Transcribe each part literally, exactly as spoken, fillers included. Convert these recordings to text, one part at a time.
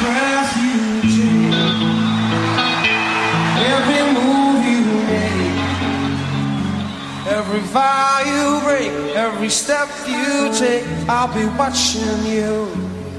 breath you take, every move you make, every vow you break, every step you take, I'll be watching you.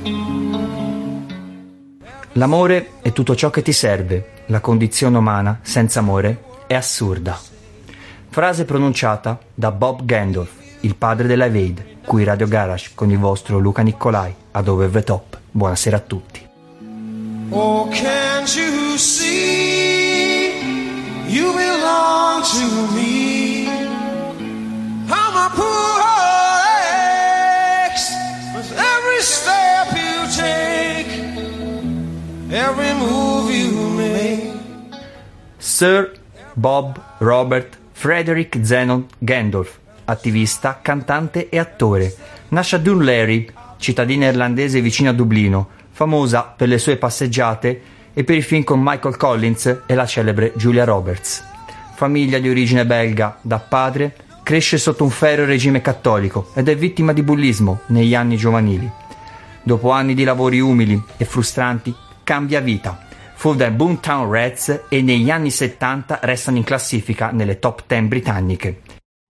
L'amore è tutto ciò che ti serve, la condizione umana senza amore è assurda. Frase pronunciata da Bob Geldof, il padre della Live Aid, qui Radio Garage con il vostro Luca Nicolai ad Over the Top. Buonasera a tutti. Oh, can't you see you belong to me? How my poor heart aches with every step you take, every move you make. Sir Bob Robert Frederick Zenon Geldof, attivista, cantante e attore. Nasce a Dún Laoghaire, cittadina irlandese vicino a Dublino, famosa per le sue passeggiate e per i film con Michael Collins e la celebre Julia Roberts. Famiglia di origine belga, da padre cresce sotto un ferreo regime cattolico ed è vittima di bullismo negli anni giovanili. Dopo anni di lavori umili e frustranti, cambia vita. Fonda i Boomtown Rats e negli anni settanta restano in classifica nelle top dieci britanniche.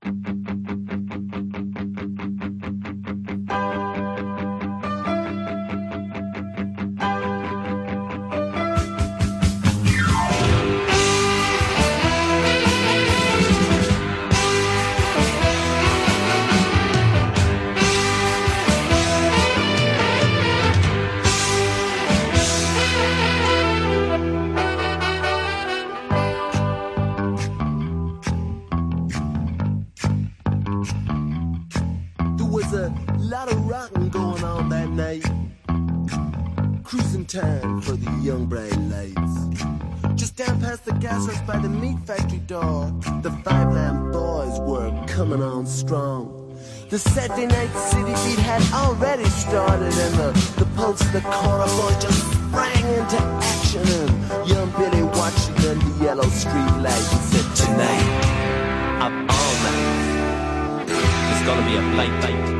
Time for the young bright lights. Just down past the gas house by the meat factory door, the Five Lamb Boys were coming on strong. The Saturday night city beat had already started, and the, the pulse of the corner boys just sprang into action. And young Billy watching under yellow street lights and said, tonight, up all night, it's gonna be a blight night.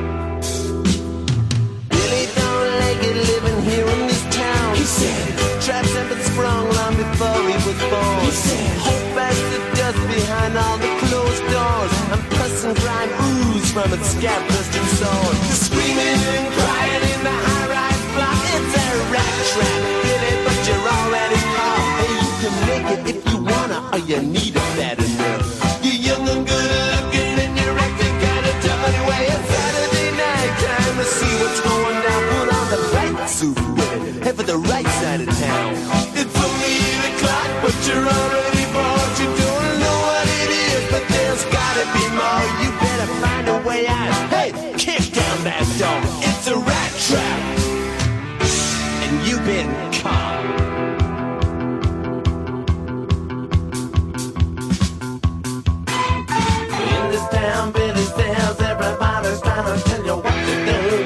Billy don't like it living here in this town. He said, traps have been sprung long before he was born. He said, hope as the dust behind all the closed doors, and pus and grime ooze from its scab-dusted sword. Screaming and crying in the high-rise block, it's a rat trap, Billy, but you're already caught. Hey, you can make it if you wanna, or you need it bad enough. You're young and good-looking, and you're acting kinda tough anyway. It's Saturday night, time to see what's going down. Put on the right suit, Billy, head for the right side of town. It's only eight o'clock, but you're already bored. You don't know what it is, but there's gotta be more. You better find a way out. Hey, kick down that door. It's a rat trap, and you've been caught. In this town, Billy says everybody's trying to tell you what to do.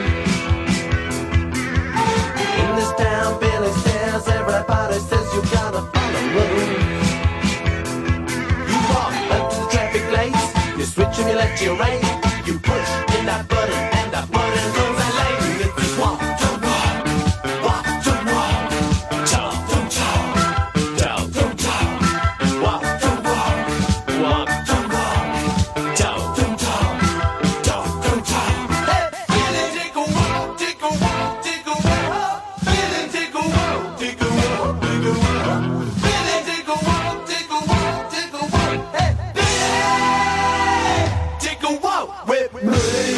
In this town, Billy says everybody says you gotta follow rules. You walk up to the traffic lights, you switch and you let you right. You push in that button and that button goes a lane. It's just walk to walk, walk to walk, talk to talk, talk to talk, walk to walk, walk to walk, talk to talk, talk to talk. Hey, Billy, take a walk, take a walk, take a walk. Billy, take a walk, take a walk, take a walk. Billy, take a walk, take a walk, take a walk. Hey, Billy, take a walk with me.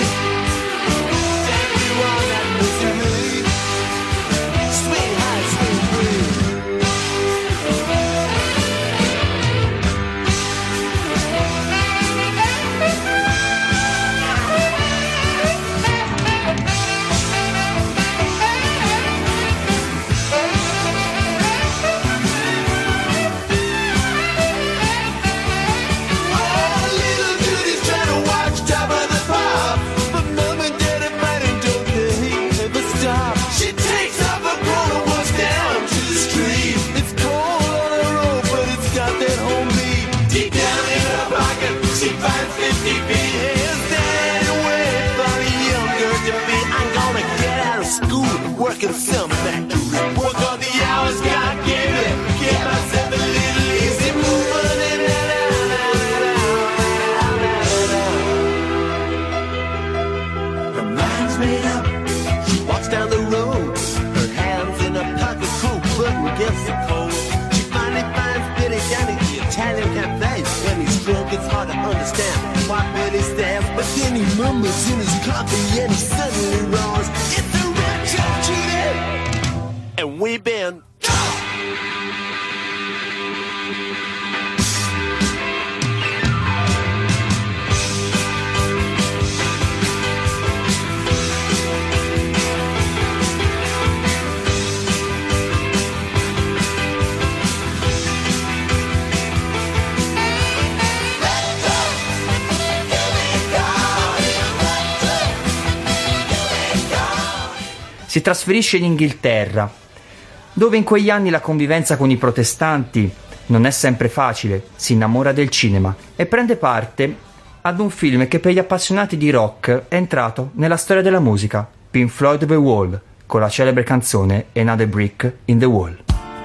Take you on that Missouri, sweet high, sweet breeze. Oh, little Judy's trying to watch Top of the Pop, but Mom and Daddy fighting, don't they ever stop? She takes off her coat and walks down to the street. It's cold on the road, but it's got that home beat. Deep down in her pocket, she finds fifty feet. Here's Daddy waiting for the young girl to be. I'm gonna get out of school, work in some factory, work on the mind's made up. She walks down the road, her hands in her pocket, cold button against the cold. She finally finds Billy down at the Italian cafe. When he's drunk, it's hard to understand why Billy stands, but then he murmurs in his coffee and he suddenly roars, "It's a red Chuck Cheater!" And we've been si trasferisce in Inghilterra, dove in quegli anni la convivenza con i protestanti non è sempre facile. Si innamora del cinema e prende parte ad un film che per gli appassionati di rock è entrato nella storia della musica, Pink Floyd The Wall, con la celebre canzone Another Brick in the Wall.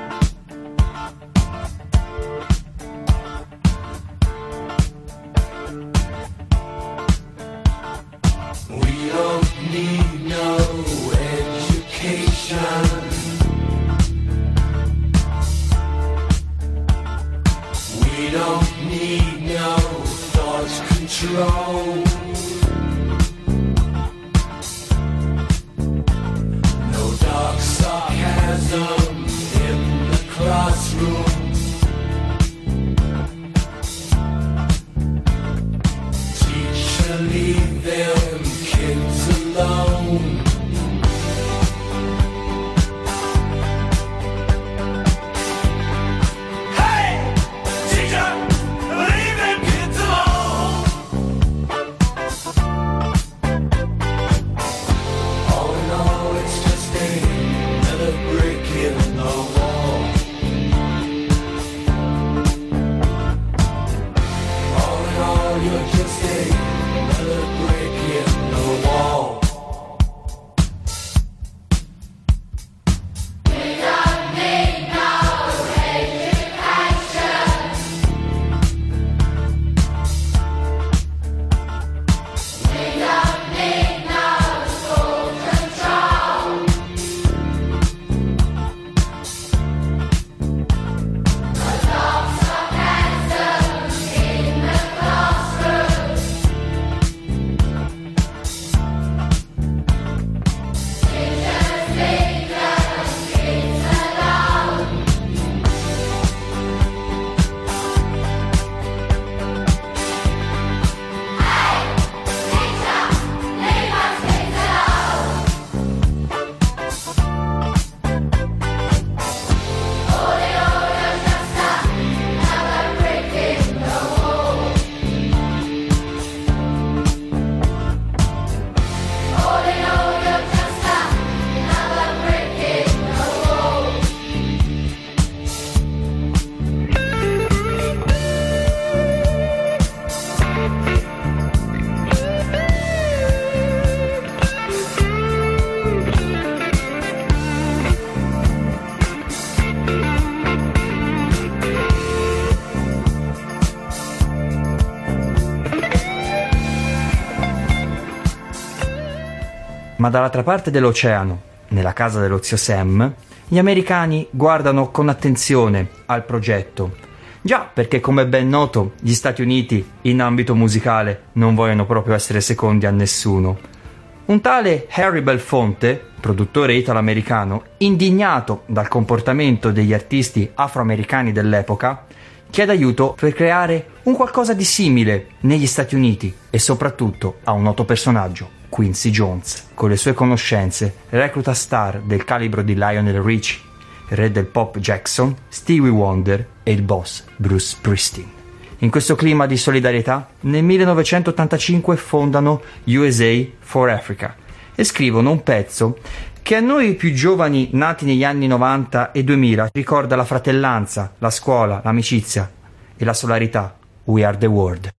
Ma dall'altra parte dell'oceano, nella casa dello zio Sam, gli americani guardano con attenzione al progetto. Già perché, come è ben noto, gli Stati Uniti in ambito musicale non vogliono proprio essere secondi a nessuno. Un tale Harry Belafonte, produttore italo-americano, indignato dal comportamento degli artisti afroamericani dell'epoca, chiede aiuto per creare un qualcosa di simile negli Stati Uniti e soprattutto a un noto personaggio, Quincy Jones. Con le sue conoscenze recluta star del calibro di Lionel Richie, il re del pop Jackson, Stevie Wonder e il boss Bruce Springsteen. In questo clima di solidarietà, nel millenovecentottantacinque fondano U S A for Africa e scrivono un pezzo che a noi più giovani nati negli anni novanta e duemila ricorda la fratellanza, la scuola, l'amicizia e la solarità. We are the world.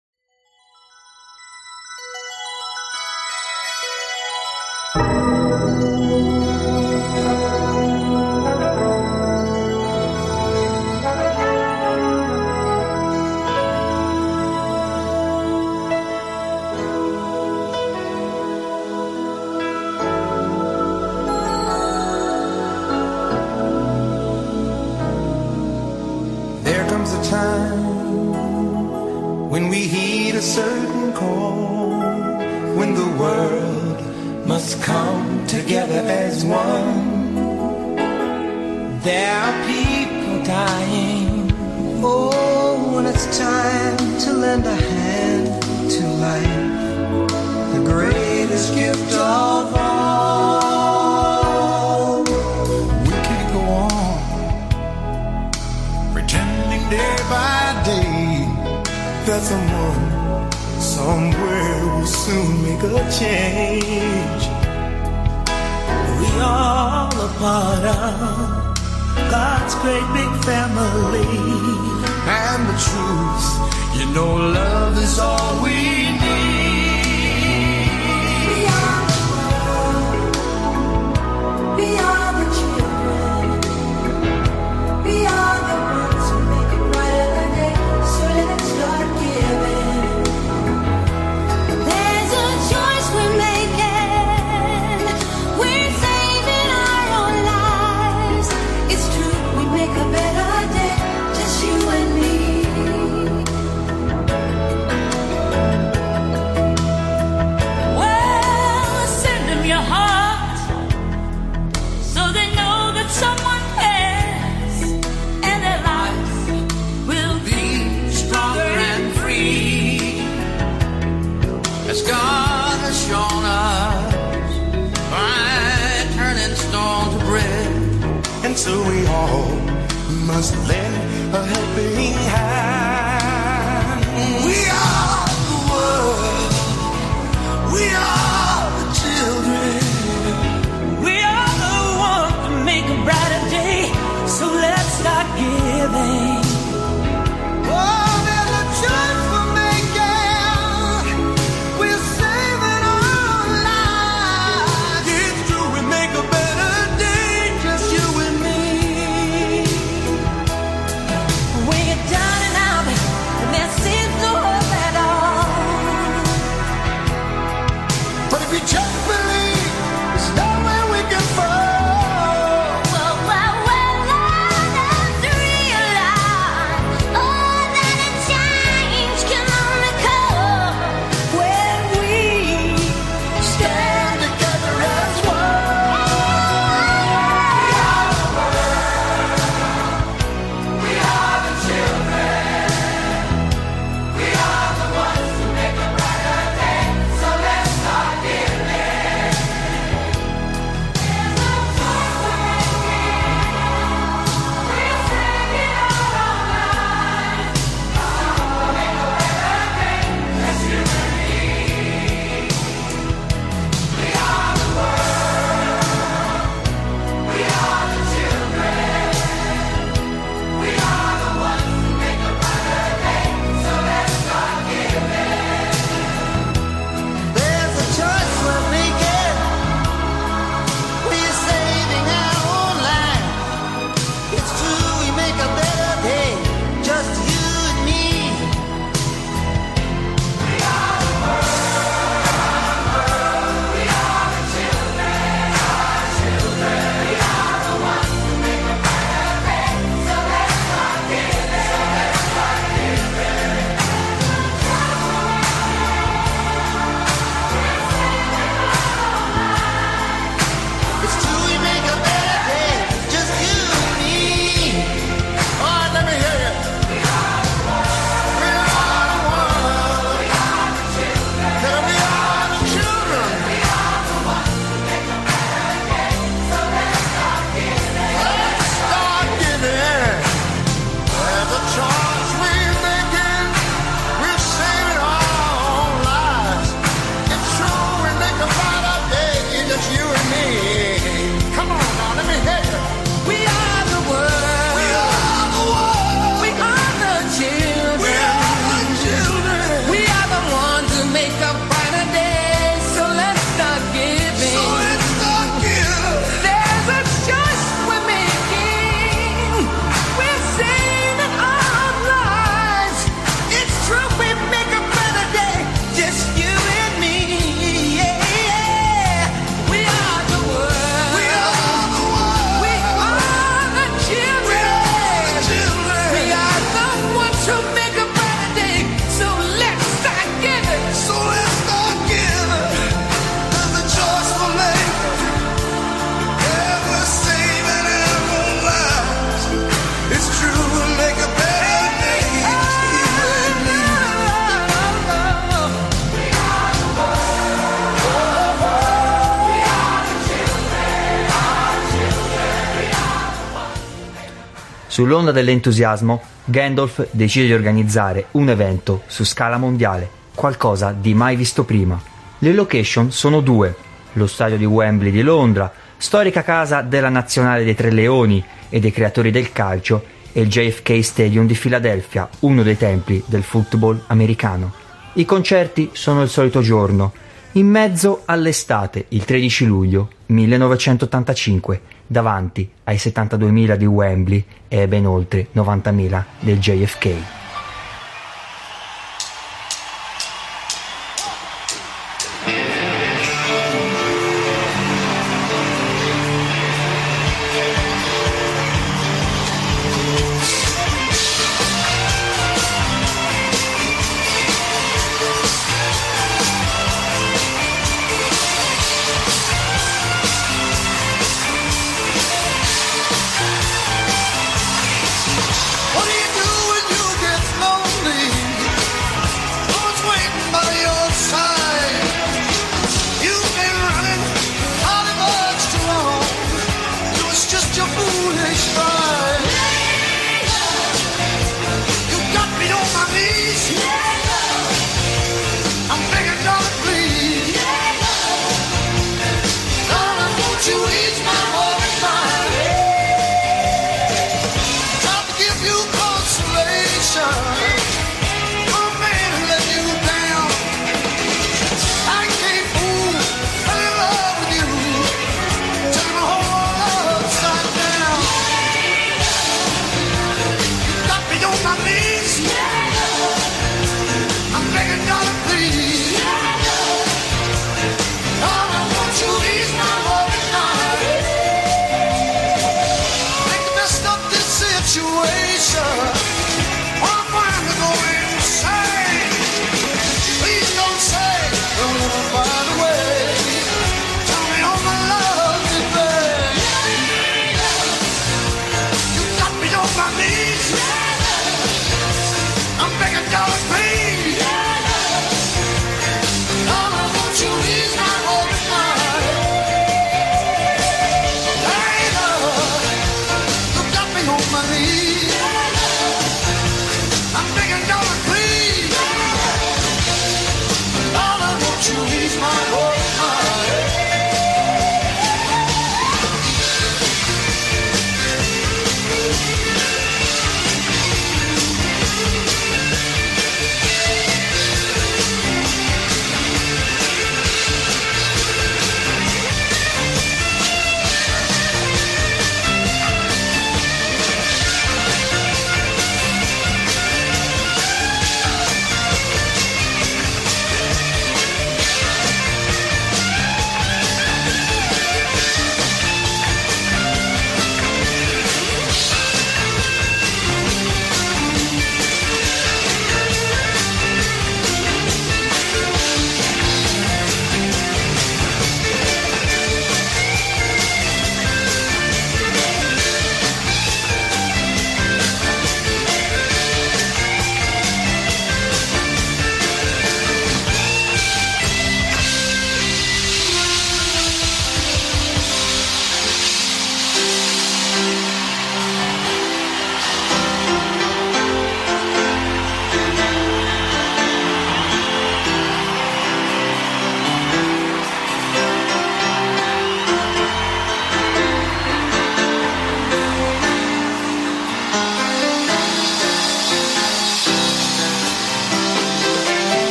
we heed a certain call, when the world must come together as one. There are people dying. Oh, when it's time to lend a hand to life, the greatest gift of all. We can't go on pretending day by day that someone somewhere will soon make a change. We all a part of God's great big family, and the truth, you know, love is all we need. We are the children. We are the ones who make a brighter day. So let's start giving. There's a choice we're making. We're saving our own lives. It's true, we make a better day. Just you and me. Well, send them your heart. Someone cares, and their lives will be stronger and free, as God has shown us by turning stone to bread. And so we all must lend a helping hand. We are the world. We are the children. Make a brighter day, so let's start giving. Oh, there's a choice we're making. We're saving our lives. It's true, we make a better day, just you and me. When you're down and out, Sull'onda dell'entusiasmo, Gandalf decide di organizzare un evento su scala mondiale, qualcosa di mai visto prima. Le location sono due: lo stadio di Wembley di Londra, storica casa della nazionale dei Tre Leoni e dei creatori del calcio, e il J F K Stadium di Filadelfia, uno dei templi del football americano. I concerti sono il solito giorno, in mezzo all'estate, il tredici luglio millenovecentottantacinque, davanti ai settantaduemila di Wembley e ben oltre novantamila del J F K. What do you do when you get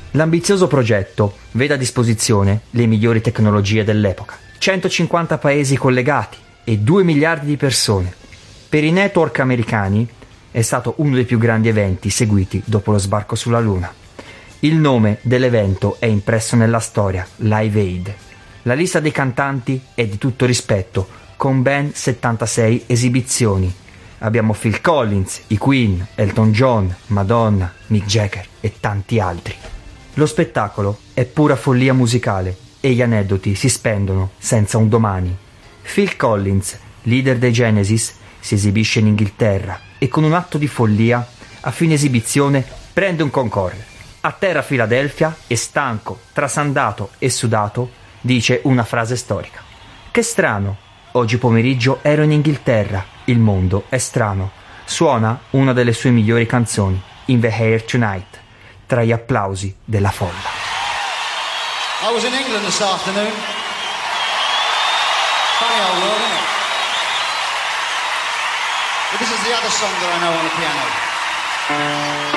L'ambizioso progetto vede a disposizione le migliori tecnologie dell'epoca, centocinquanta paesi collegati e due miliardi di persone. Per i network americani è stato uno dei più grandi eventi seguiti dopo lo sbarco sulla Luna. Il nome dell'evento è impresso nella storia, Live Aid. La lista dei cantanti è di tutto rispetto, con ben settantasei esibizioni. Abbiamo Phil Collins, i Queen, Elton John, Madonna, Mick Jagger e tanti altri. Lo spettacolo è pura follia musicale e gli aneddoti si spendono senza un domani. Phil Collins, leader dei Genesis, si esibisce in Inghilterra e con un atto di follia, a fine esibizione, prende un Concorde. Atterra a Filadelfia e stanco, trasandato e sudato, dice una frase storica. Che strano, oggi pomeriggio ero in Inghilterra, il mondo è strano. Suona una delle sue migliori canzoni, In the Air Tonight, tra gli applausi della folla. I was in England this afternoon. Funny old world, isn't it? But this is the other song that I know on the piano.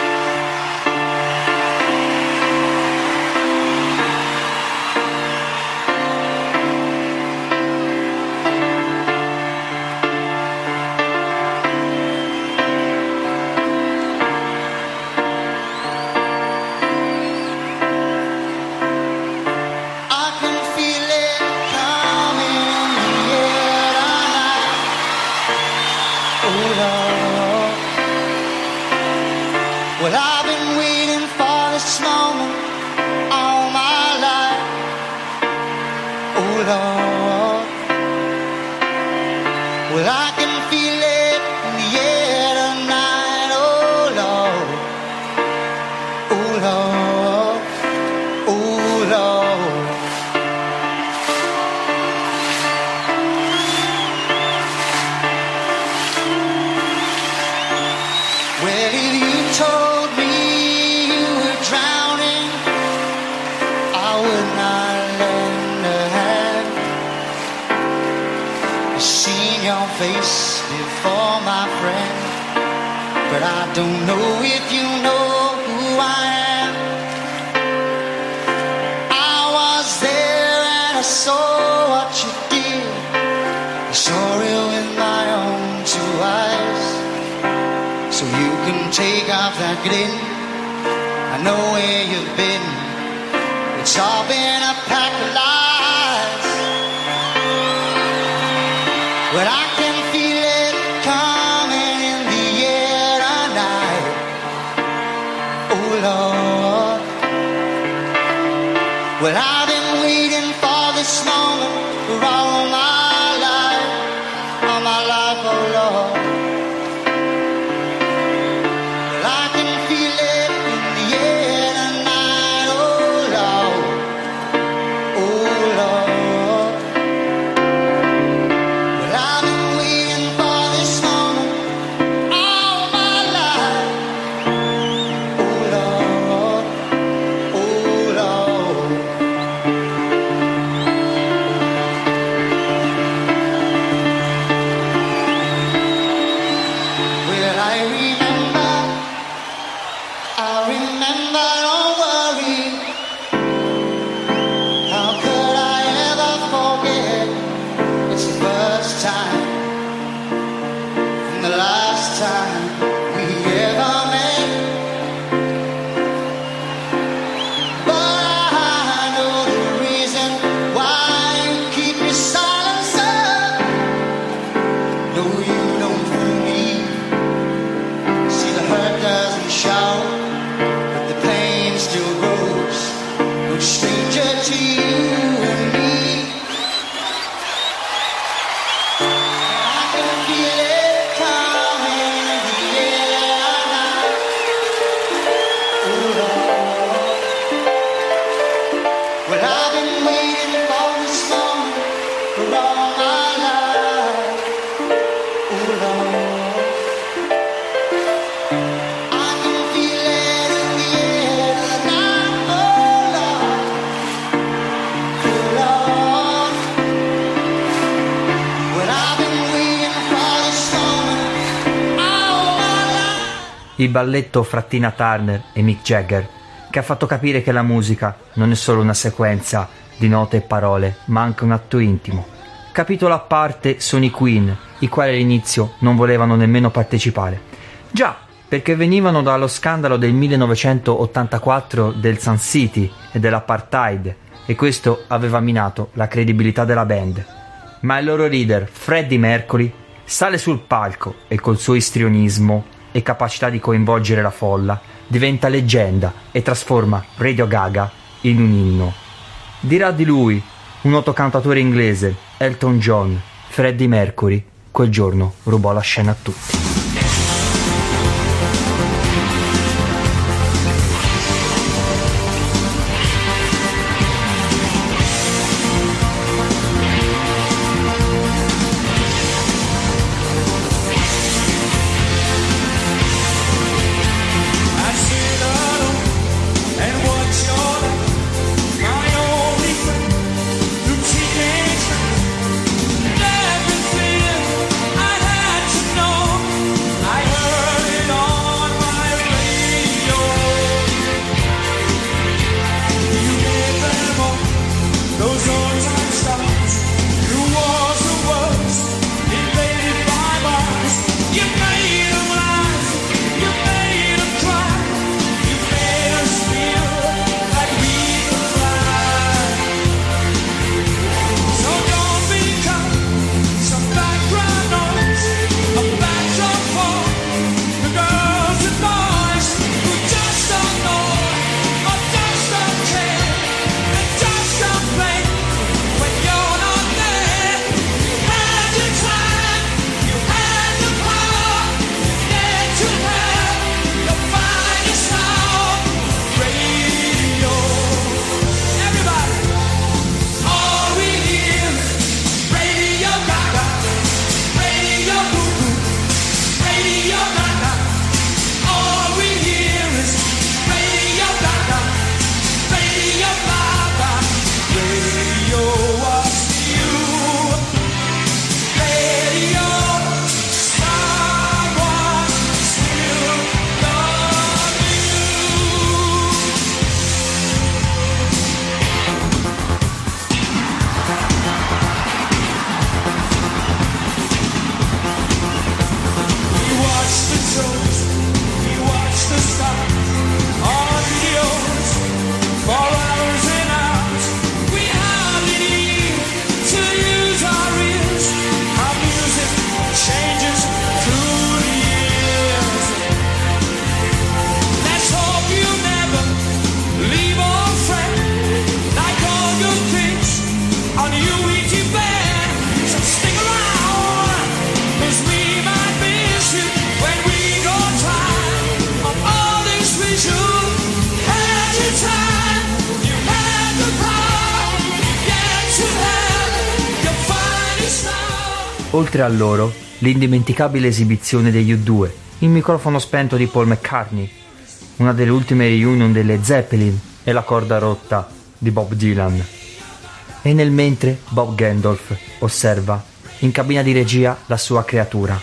Well, I've been waiting for this moment all my life. Oh, Lord. Well, I can feel it in the air tonight. Oh, Lord. Oh, Lord. Oh, Lord. Well, if you told face before my friend, but I don't know if you know who I am. I was there and I saw what you did. I saw it with my own two eyes. So you can take off that grin. I know where you've been. It's all been a pack of lies. But I can feel it coming in the air tonight. Oh, Lord. Well, I've been waiting for this moment for all my life, all my life, oh, Lord. Well, I can feel it in the air tonight. Oh, Lord. Oh, Lord. Il balletto fra Tina Turner e Mick Jagger, che ha fatto capire che la musica non è solo una sequenza di note e parole, ma anche un atto intimo. Capitolo a parte sono i Queen, i quali all'inizio non volevano nemmeno partecipare. Già, perché venivano dallo scandalo del millenovecentottantaquattro del Sun City e dell'apartheid, e questo aveva minato la credibilità della band. Ma il loro leader, Freddie Mercury, sale sul palco e col suo istrionismo e capacità di coinvolgere la folla diventa leggenda e trasforma Radio Gaga in un inno. Dirà di lui un noto cantautore inglese, Elton John: Freddie Mercury quel giorno rubò la scena a tutti. Oltre a loro, l'indimenticabile esibizione degli U due, il microfono spento di Paul McCartney, una delle ultime reunion delle Zeppelin e la corda rotta di Bob Dylan. E nel mentre Bob Geldof osserva in cabina di regia la sua creatura.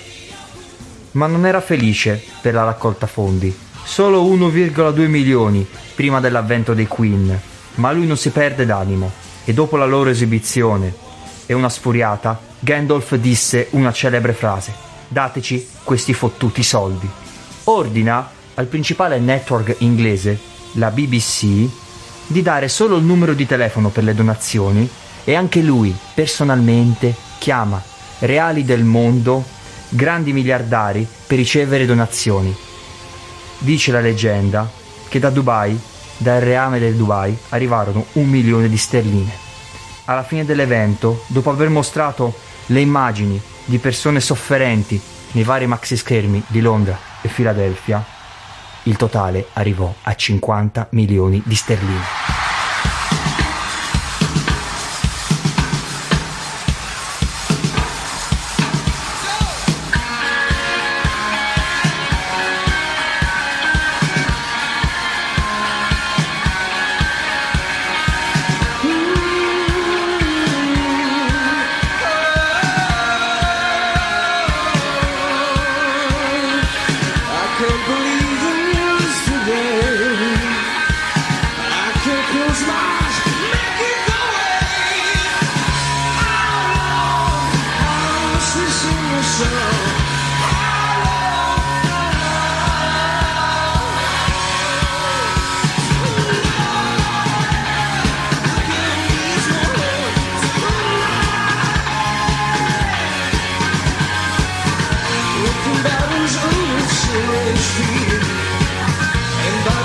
Ma non era felice per la raccolta fondi, solo uno virgola due milioni prima dell'avvento dei Queen, ma lui non si perde d'animo e dopo la loro esibizione e una sfuriata, Gandalf disse una celebre frase: dateci questi fottuti soldi. Ordina al principale network inglese, la B B C, di dare solo il numero di telefono per le donazioni e anche lui personalmente chiama reali del mondo, grandi miliardari, per ricevere donazioni. Dice la leggenda che da Dubai, dal reame del Dubai, arrivarono un milione di sterline. Alla fine dell'evento, dopo aver mostrato le immagini di persone sofferenti nei vari maxi schermi di Londra e Filadelfia, il totale arrivò a cinquanta milioni di sterline. Can't believe the news today.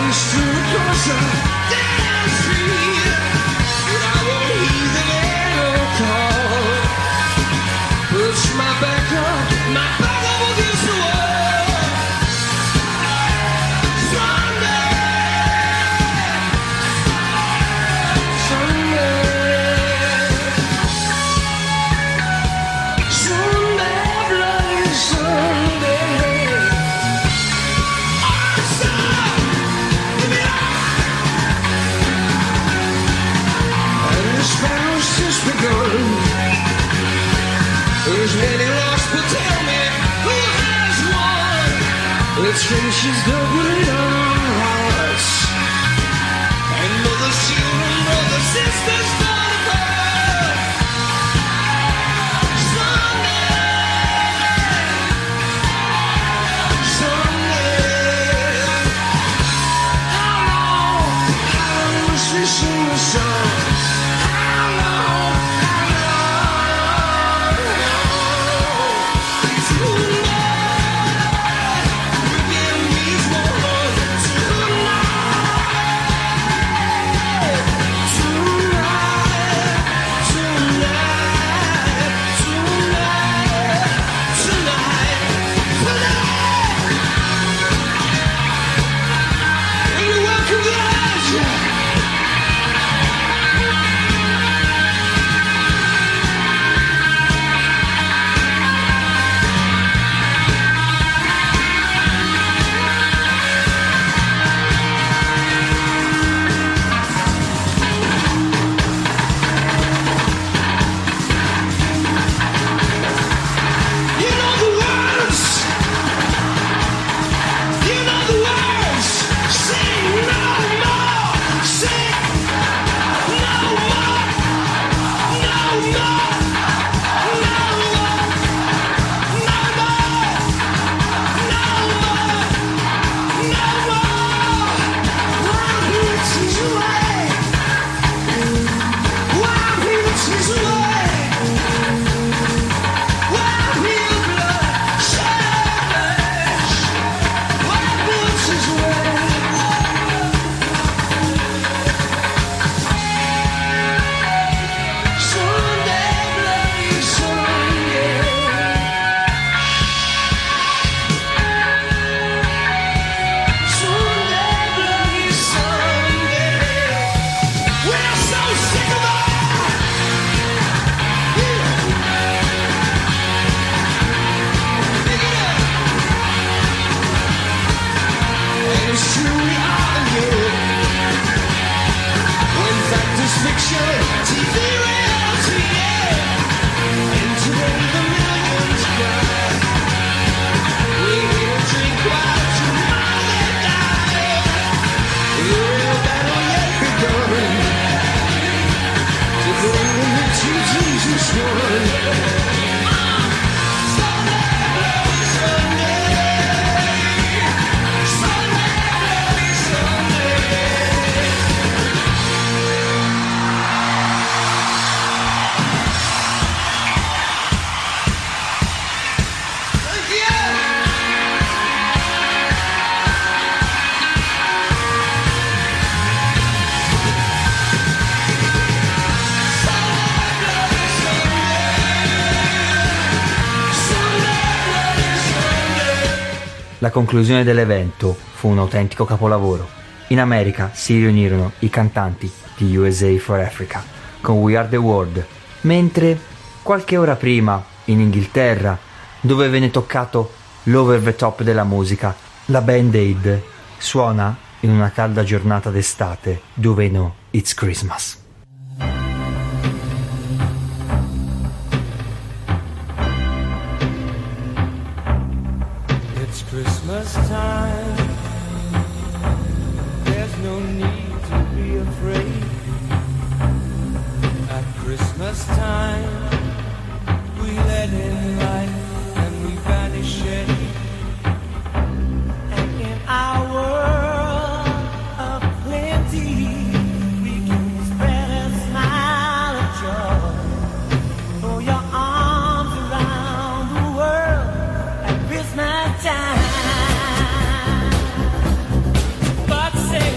She's doubling our hearts, and mothers, children, brothers, sisters fall apart. Someday, someday, how long, how long will she sing the song? How long, how long, how long? La conclusione dell'evento fu un autentico capolavoro. In America si riunirono i cantanti di U S A for Africa con We Are the World, mentre qualche ora prima, in Inghilterra, dove venne toccato l'over the top della musica, la Band Aid suona in una calda giornata d'estate dove no It's Christmas. Christmas time, there's no need to be afraid. At Christmas time, we let in light and we banish shade. And in our world of plenty, we can spread a smile of joy. Throw your arms around the world at Christmas time. But say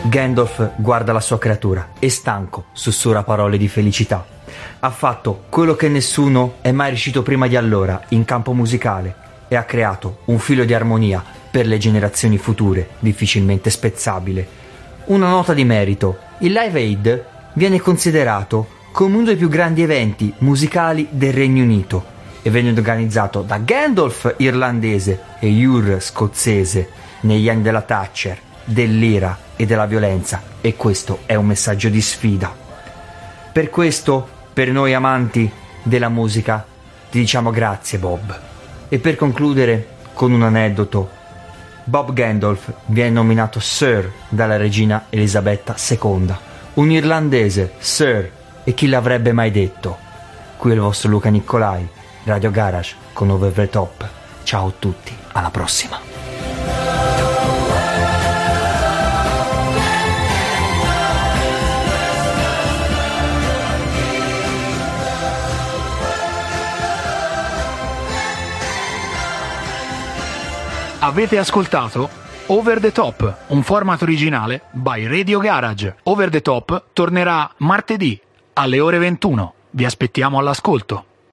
Gandalf guarda la sua creatura e stanco sussurra parole di felicità. Ha fatto quello che nessuno è mai riuscito prima di allora in campo musicale e ha creato un filo di armonia per le generazioni future difficilmente spezzabile. Una nota di merito: il Live Aid viene considerato come uno dei più grandi eventi musicali del Regno Unito e venne organizzato da Gandalf irlandese e Ure scozzese negli anni della Thatcher, dell'ira e della violenza, e questo è un messaggio di sfida. Per questo, per noi amanti della musica, ti diciamo grazie Bob. E per concludere con un aneddoto, Bob Gandalf viene nominato Sir dalla regina Elisabetta seconda, un irlandese, Sir, e chi l'avrebbe mai detto? Qui è il vostro Luca Nicolai, Radio Garage con Over the Top. Ciao a tutti, alla prossima. Avete ascoltato Over the Top, un format originale by Radio Garage. Over the Top tornerà martedì alle ore ventuno. Vi aspettiamo all'ascolto.